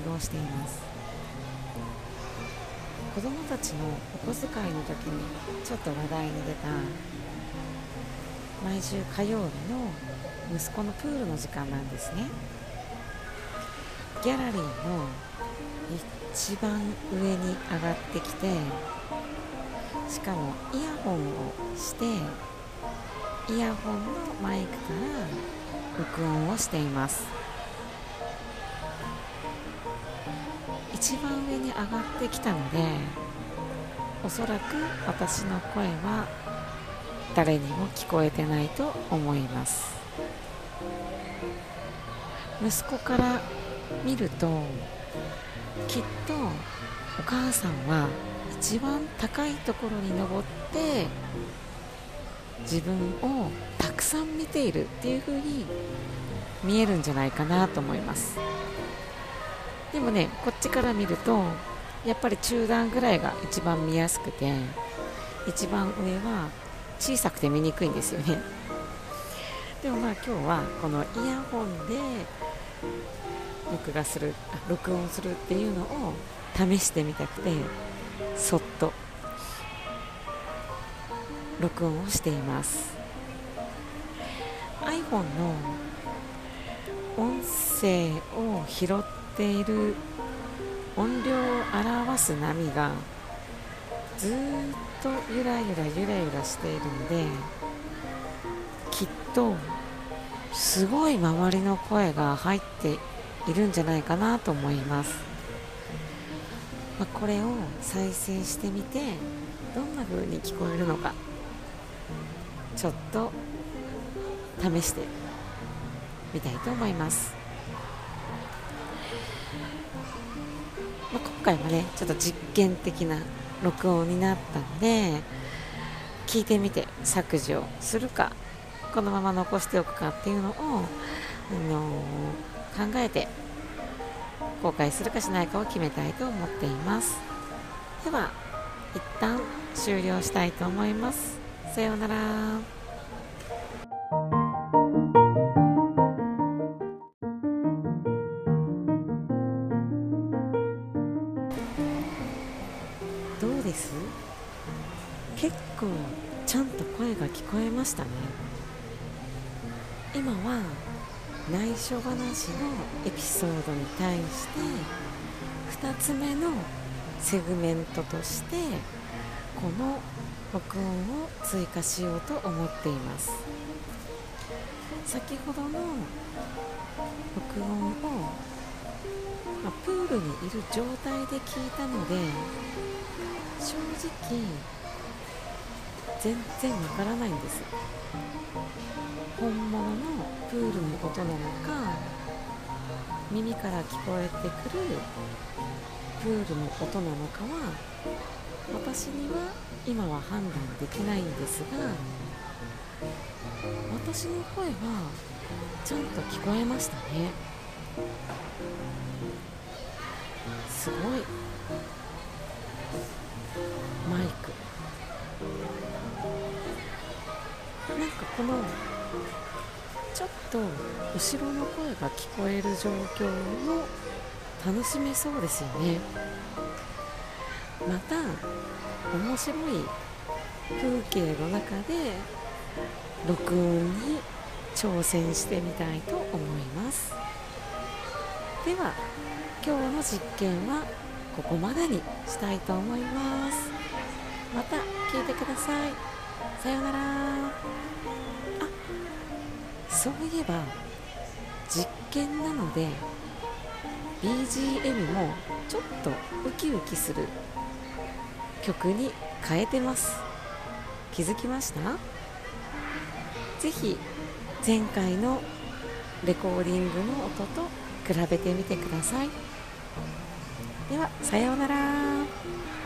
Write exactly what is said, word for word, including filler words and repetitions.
をしています。子供たちのお小遣いの時にちょっと話題に出た毎週火曜日の息子のプールの時間なんですね。ギャラリーの一番上に上がってきて、しかもイヤホンをしてイヤホンのマイクから録音をしています。一番上に上がってきたので、おそらく私の声は誰にも聞こえてないと思います。息子から見ると、きっとお母さんは一番高いところに登って自分をたくさん見ているっていう風に見えるんじゃないかなと思います。でもね、こっちから見るとやっぱり中段ぐらいが一番見やすくて、一番上は小さくて見にくいんですよね。でもまあ今日はこのイヤホンで録画する録音するっていうのを試してみたくて、そっと録音をしています。 iPhone の音声を拾っている音量を表す波がずーっとゆらゆらゆらゆらしているので、きっとすごい周りの声が入っているんじゃないかなと思います。まあ、これを再生してみてどんな風に聞こえるのかちょっと試してみたいと思います。まあ、今回はねちょっと実験的な録音になったので、聞いてみて削除するかこのまま残しておくかっていうのを、あのー、考えて公開するかしないかを決めたいと思っています。では一旦終了したいと思います。さようなら。どうです？結構ちゃんと声が聞こえましたね。今は内緒話のエピソードに対してふたつめのセグメントとしてこの録音を追加しようと思っています。先ほどの録音を、まあ、プールにいる状態で聞いたので正直全然わからないんです。本物のプールの音なのか耳から聞こえてくるプールの音なのかは私には今は判断できないんですが、私の声はちゃんと聞こえましたね。すごいマイクなんかこのちょっと後ろの声が聞こえる状況も楽しめそうですよね。また面白い風景の中で録音に挑戦してみたいと思います。では今日の実験はここまでにしたいと思います。また聞いてください。さようなら。あ、そういえば実験なので ビージーエム もちょっとウキウキする曲に変えてます。気づきました？ぜひ前回のレコーディングの音と比べてみてください。ではさようなら。